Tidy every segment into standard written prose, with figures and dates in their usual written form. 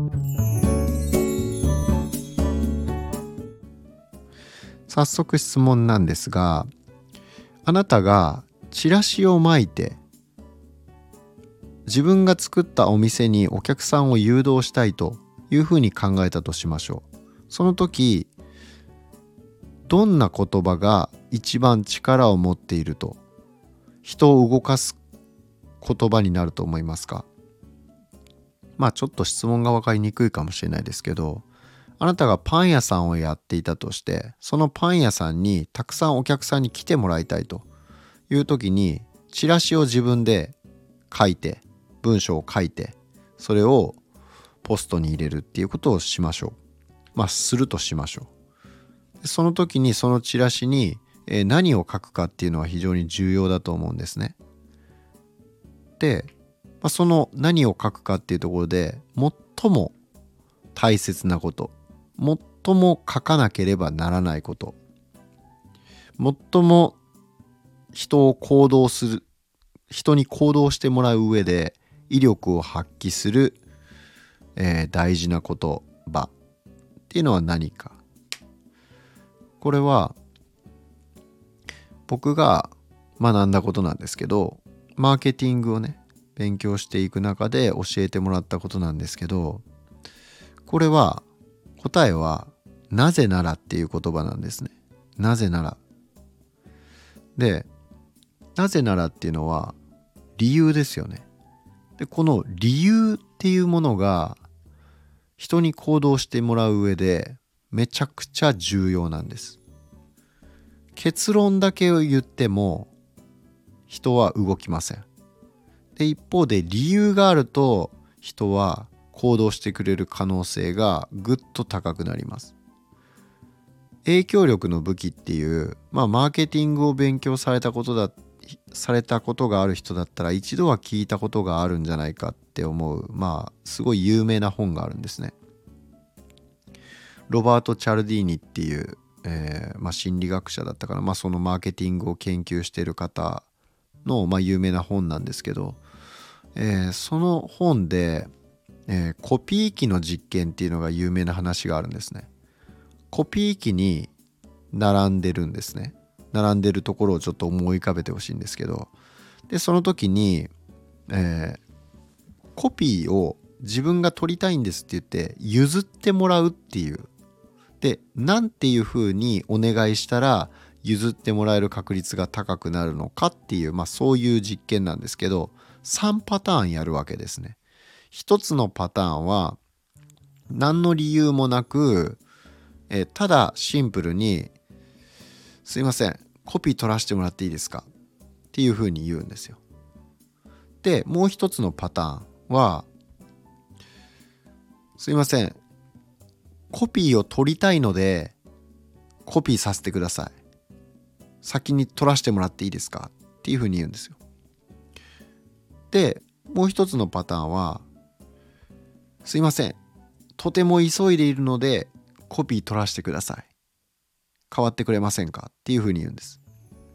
早速質問なんですが、あなたがチラシを巻いて自分が作ったお店にお客さんを誘導したいというふうに考えたとしましょう。その時、どんな言葉が一番力を持っていると人を動かす言葉になると思いますか？ちょっと質問が分かりにくいかもしれないですけど、あなたがパン屋さんをやっていたとして、そのパン屋さんにたくさんお客さんに来てもらいたいという時に、チラシを自分で書いて、文章を書いて、それをポストに入れるっていうことをしましょう。するとしましょう。その時にそのチラシに何を書くかっていうのは非常に重要だと思うんですね。で、その何を書くかっていうところで最も大切なこと、最も書かなければならないこと、最も人に行動してもらう上で威力を発揮する、大事な言葉っていうのは何か。これは僕が学んだことなんですけど、マーケティングをね勉強していく中で教えてもらったことなんですけど、これは答えはなぜならっていう言葉なんですね。なぜならで、なぜならっていうのは理由ですよね。で、この理由っていうものが人に行動してもらう上でめちゃくちゃ重要なんです。結論だけを言っても人は動きません。で、一方で理由があると人は行動してくれる可能性がぐっと高くなります。影響力の武器っていう、マーケティングを勉強されたことがある人だったら一度は聞いたことがあるんじゃないかって思う、すごい有名な本があるんですね。ロバート・チャルディーニっていう、心理学者だったかな、そのマーケティングを研究している方の、有名な本なんですけど、その本で、コピー機の実験っていうのが有名な話があるんですね。コピー機に並んでるんですね。並んでるところをちょっと思い浮かべてほしいんですけど、でその時に、コピーを自分が取りたいんですって言って譲ってもらうっていう。で、なんていうふうにお願いしたら譲ってもらえる確率が高くなるのかっていう、そういう実験なんですけど、3パターンやるわけですね。一つのパターンは何の理由もなく、ただシンプルにすいません、コピー取らせてもらっていいですかっていうふうに言うんですよ。で、もう一つのパターンは、すいません、コピーを取りたいのでコピーさせてください。先に取らせてもらっていいですかっていうふうに言うんですよ。で、もう一つのパターンは、すいません、とても急いでいるのでコピー取らせてください。変わってくれませんかっていうふうに言うんです。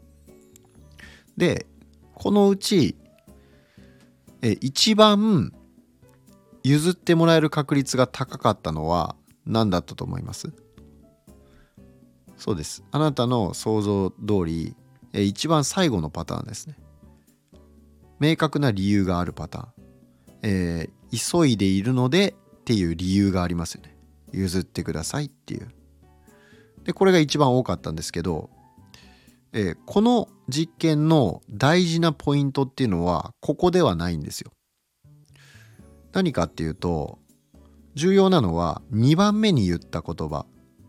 で、このうち一番譲ってもらえる確率が高かったのは何だったと思います？そうです。あなたの想像通り、一番最後のパターンですね。明確な理由があるパターン。急いでいるのでっていう理由がありますよね。譲ってくださいっていう。で、これが一番多かったんですけど、この実験の大事なポイントっていうのはここではないんですよ。何かっていうと、重要なのは2番目に言った言葉。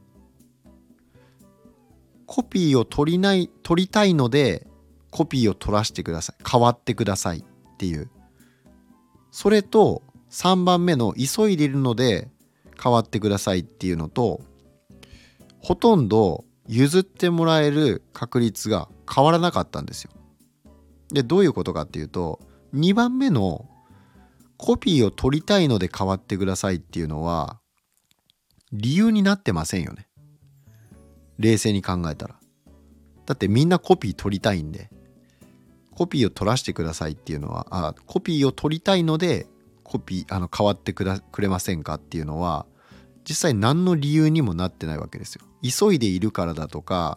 コピーを取りたいのでコピーを取らせてください。変わってくださいっていう。それと3番目の急いでいるので変わってくださいっていうのと、ほとんど譲ってもらえる確率が変わらなかったんですよ。で、どういうことかっていうと、2番目のコピーを取りたいので変わってくださいっていうのは理由になってませんよね。冷静に考えたら。だってみんなコピー取りたいんで、コピーを取らせてくださいっていうのは、コピーを取りたいので変わってくれませんかっていうのは実際何の理由にもなってないわけですよ。急いでいるからだとか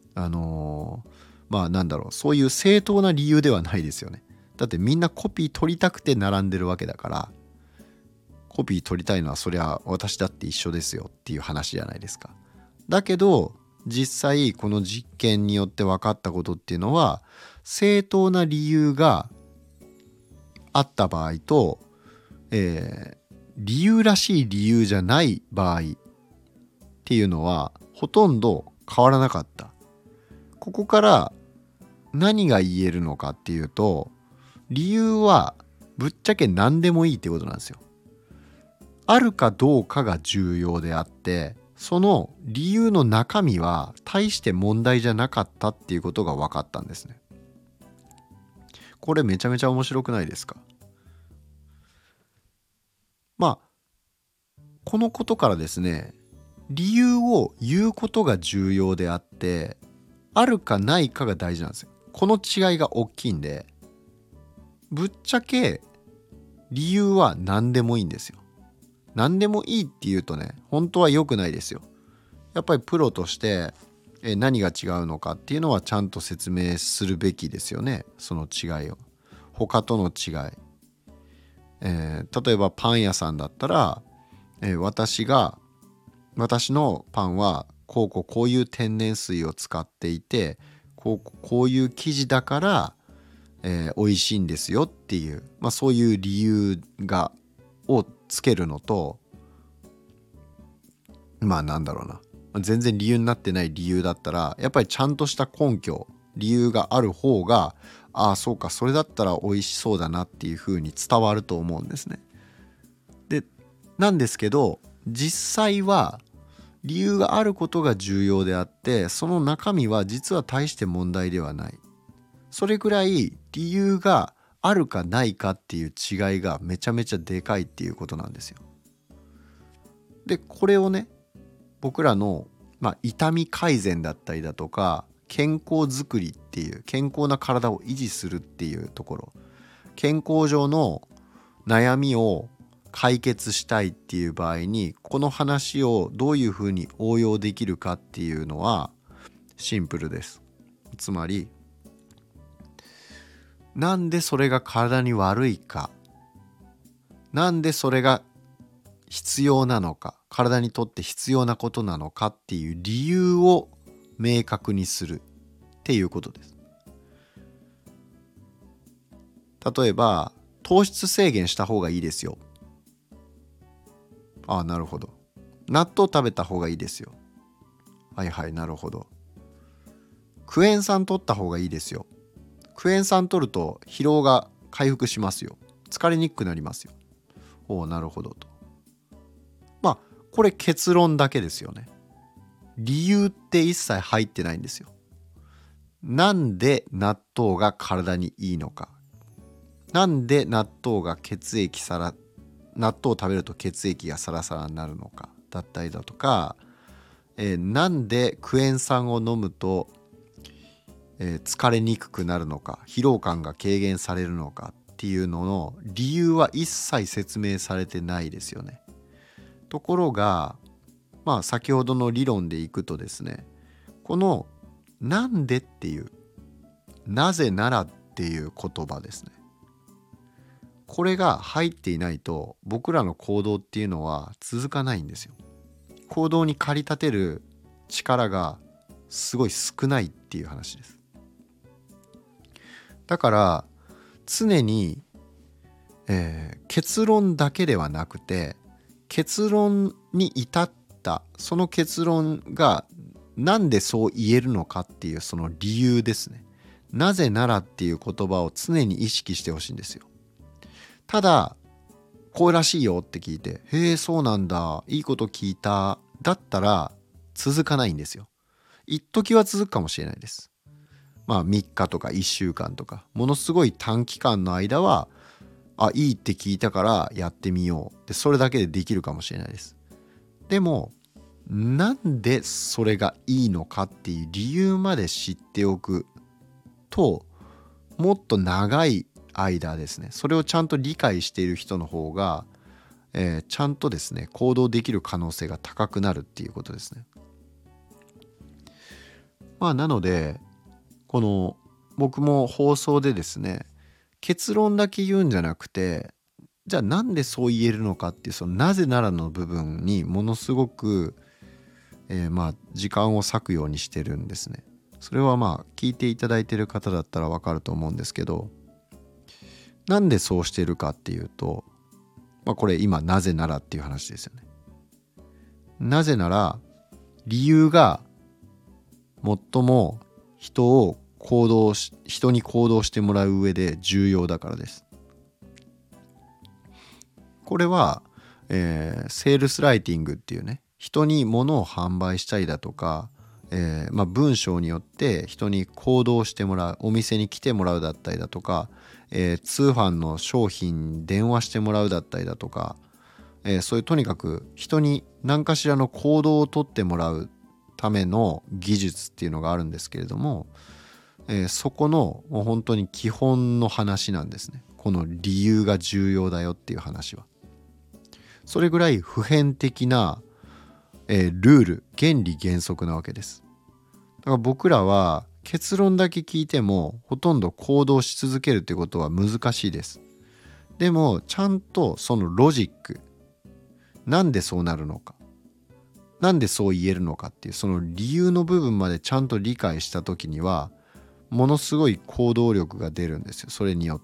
そういう正当な理由ではないですよね。だってみんなコピー取りたくて並んでるわけだから、コピー取りたいのはそりゃ私だって一緒ですよっていう話じゃないですか。だけど実際この実験によって分かったことっていうのは、正当な理由があった場合と、理由らしい理由じゃない場合っていうのはほとんど変わらなかった。ここから何が言えるのかっていうと、理由はぶっちゃけ何でもいいってことなんですよ。あるかどうかが重要であって、その理由の中身は大して問題じゃなかったっていうことが分かったんですね。これめちゃめちゃ面白くないですか？このことからですね、理由を言うことが重要であって、あるかないかが大事なんですよ。この違いが大きいんで、ぶっちゃけ理由は何でもいいんですよ。何でもいいって言うとね、本当は良くないですよ。やっぱりプロとして何が違うのかっていうのはちゃんと説明するべきですよね。その違いを。他との違い。例えばパン屋さんだったら、私のパンはこういう天然水を使っていて、こういう生地だから、美味しいんですよっていう、そういう理由をつけるのと、全然理由になってない理由だったら、やっぱりちゃんとした根拠、理由がある方が、ああそうか、それだったら美味しそうだなっていう風に伝わると思うんですね。なんですけど、実際は理由があることが重要であって、その中身は実は大して問題ではない。それぐらい理由があるかないかっていう違いがめちゃめちゃでかいっていうことなんですよ。で、これをね、僕らの、痛み改善だったりだとか、健康づくりっていう、健康な体を維持するっていうところ、健康上の悩みを解決したいっていう場合に、この話をどういうふうに応用できるかっていうのはシンプルです。つまり、なんでそれが体に悪いか、なんでそれが必要なのか、体にとって必要なことなのかっていう理由を明確にするっていうことです。例えば、糖質制限した方がいいですよ。ああ、なるほど。納豆食べた方がいいですよ。はいはい、なるほど。クエン酸取った方がいいですよ。クエン酸取ると疲労が回復しますよ。疲れにくくなりますよ。おお、なるほどと。これ結論だけですよね。理由って一切入ってないんですよ。なんで納豆が体にいいのか。なんで納豆を食べると血液がサラサラになるのかだったりだとか、なんでクエン酸を飲むと、疲れにくくなるのか、疲労感が軽減されるのかっていうのの理由は一切説明されてないですよね。ところが、先ほどの理論でいくとですね、このなんでっていう、なぜならっていう言葉ですね。これが入っていないと僕らの行動っていうのは続かないんですよ。行動に駆り立てる力がすごい少ないっていう話です。だから常に、結論だけではなくて、結論に至ったその結論がなんでそう言えるのかっていうその理由ですね。なぜならっていう言葉を常に意識してほしいんですよ。ただこうらしいよって聞いて、へえそうなんだ、いいこと聞いただったら続かないんですよ。一時は続くかもしれないです。3日とか1週間とか、ものすごい短期間の間はいいって聞いたからやってみようで、それだけでできるかもしれないです。でもなんでそれがいいのかっていう理由まで知っておくと、もっと長い間ですね、それをちゃんと理解している人の方が、ちゃんとですね行動できる可能性が高くなるっていうことですね。なのでこの僕も放送でですね、結論だけ言うんじゃなくて、じゃあなんでそう言えるのかっていうそのなぜならの部分にものすごく、時間を割くようにしてるんですね。それは聞いていただいている方だったらわかると思うんですけど、なんでそうしてるかっていうと、これ今なぜならっていう話ですよね。なぜなら理由が最も人に行動してもらう上で重要だからです。これは、セールスライティングっていうね、人に物を販売したりだとか、文章によって人に行動してもらう、お店に来てもらうだったりだとか、通販の商品に電話してもらうだったりだとか、そういうとにかく人に何かしらの行動をとってもらうための技術っていうのがあるんですけれども、そこのもう本当に基本の話なんですね。この理由が重要だよっていう話は。それぐらい普遍的な、ルール、原理原則なわけです。だから僕らは結論だけ聞いてもほとんど行動し続けるってことは難しいです。でもちゃんとそのロジック、なんでそうなるのか、なんでそう言えるのかっていうその理由の部分までちゃんと理解した時にはものすごい行動力が出るんですよ、それによって。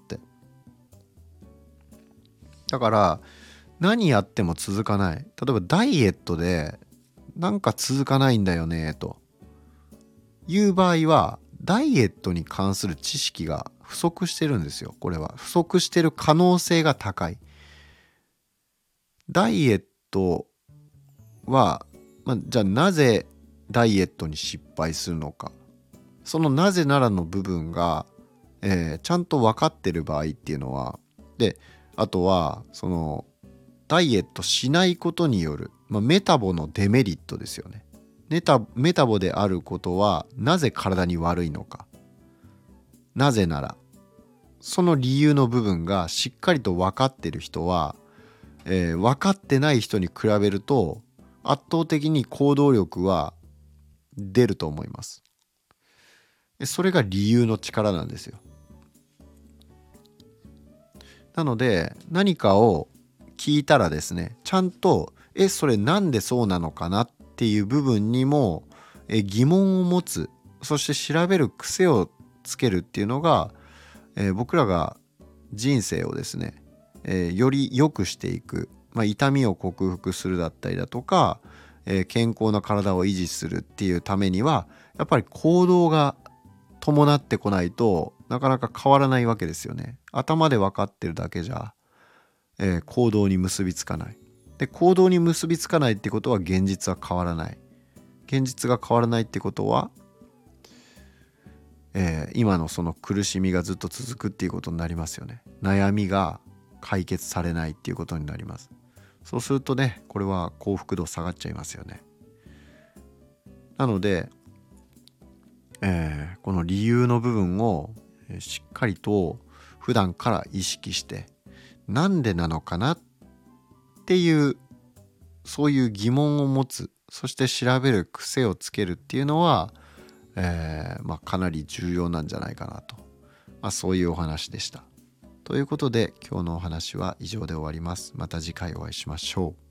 だから何やっても続かない、例えばダイエットでなんか続かないんだよねという場合はダイエットに関する知識が不足してるんですよ。これは不足してる可能性が高い。ダイエットは、じゃあなぜダイエットに失敗するのか、そのなぜならの部分が、ちゃんと分かってる場合っていうのは、であとはそのダイエットしないことによる、メタボのデメリットですよね。メタボであることはなぜ体に悪いのか、なぜならその理由の部分がしっかりと分かってる人は、分かってない人に比べると圧倒的に行動力は出ると思います。それが理由の力なんですよ。なので何かを聞いたらですね、ちゃんとそれなんでそうなのかなっていう部分にも疑問を持つ、そして調べる癖をつけるっていうのが、僕らが人生をですね、より良くしていく、痛みを克服するだったりだとか、健康な体を維持するっていうためにはやっぱり行動が伴ってこないとなかなか変わらないわけですよね。頭で分かってるだけじゃ、行動に結びつかない。で行動に結びつかないってことは現実は変わらない。現実が変わらないってことは、今のその苦しみがずっと続くっていうことになりますよね。悩みが解決されないっていうことになります。そうするとね、これは幸福度下がっちゃいますよね。なので、この理由の部分をしっかりと普段から意識して、なんでなのかなっていうそういう疑問を持つ、そして調べる癖をつけるっていうのは、かなり重要なんじゃないかなと、そういうお話でした。ということで今日のお話は以上で終わります。また次回お会いしましょう。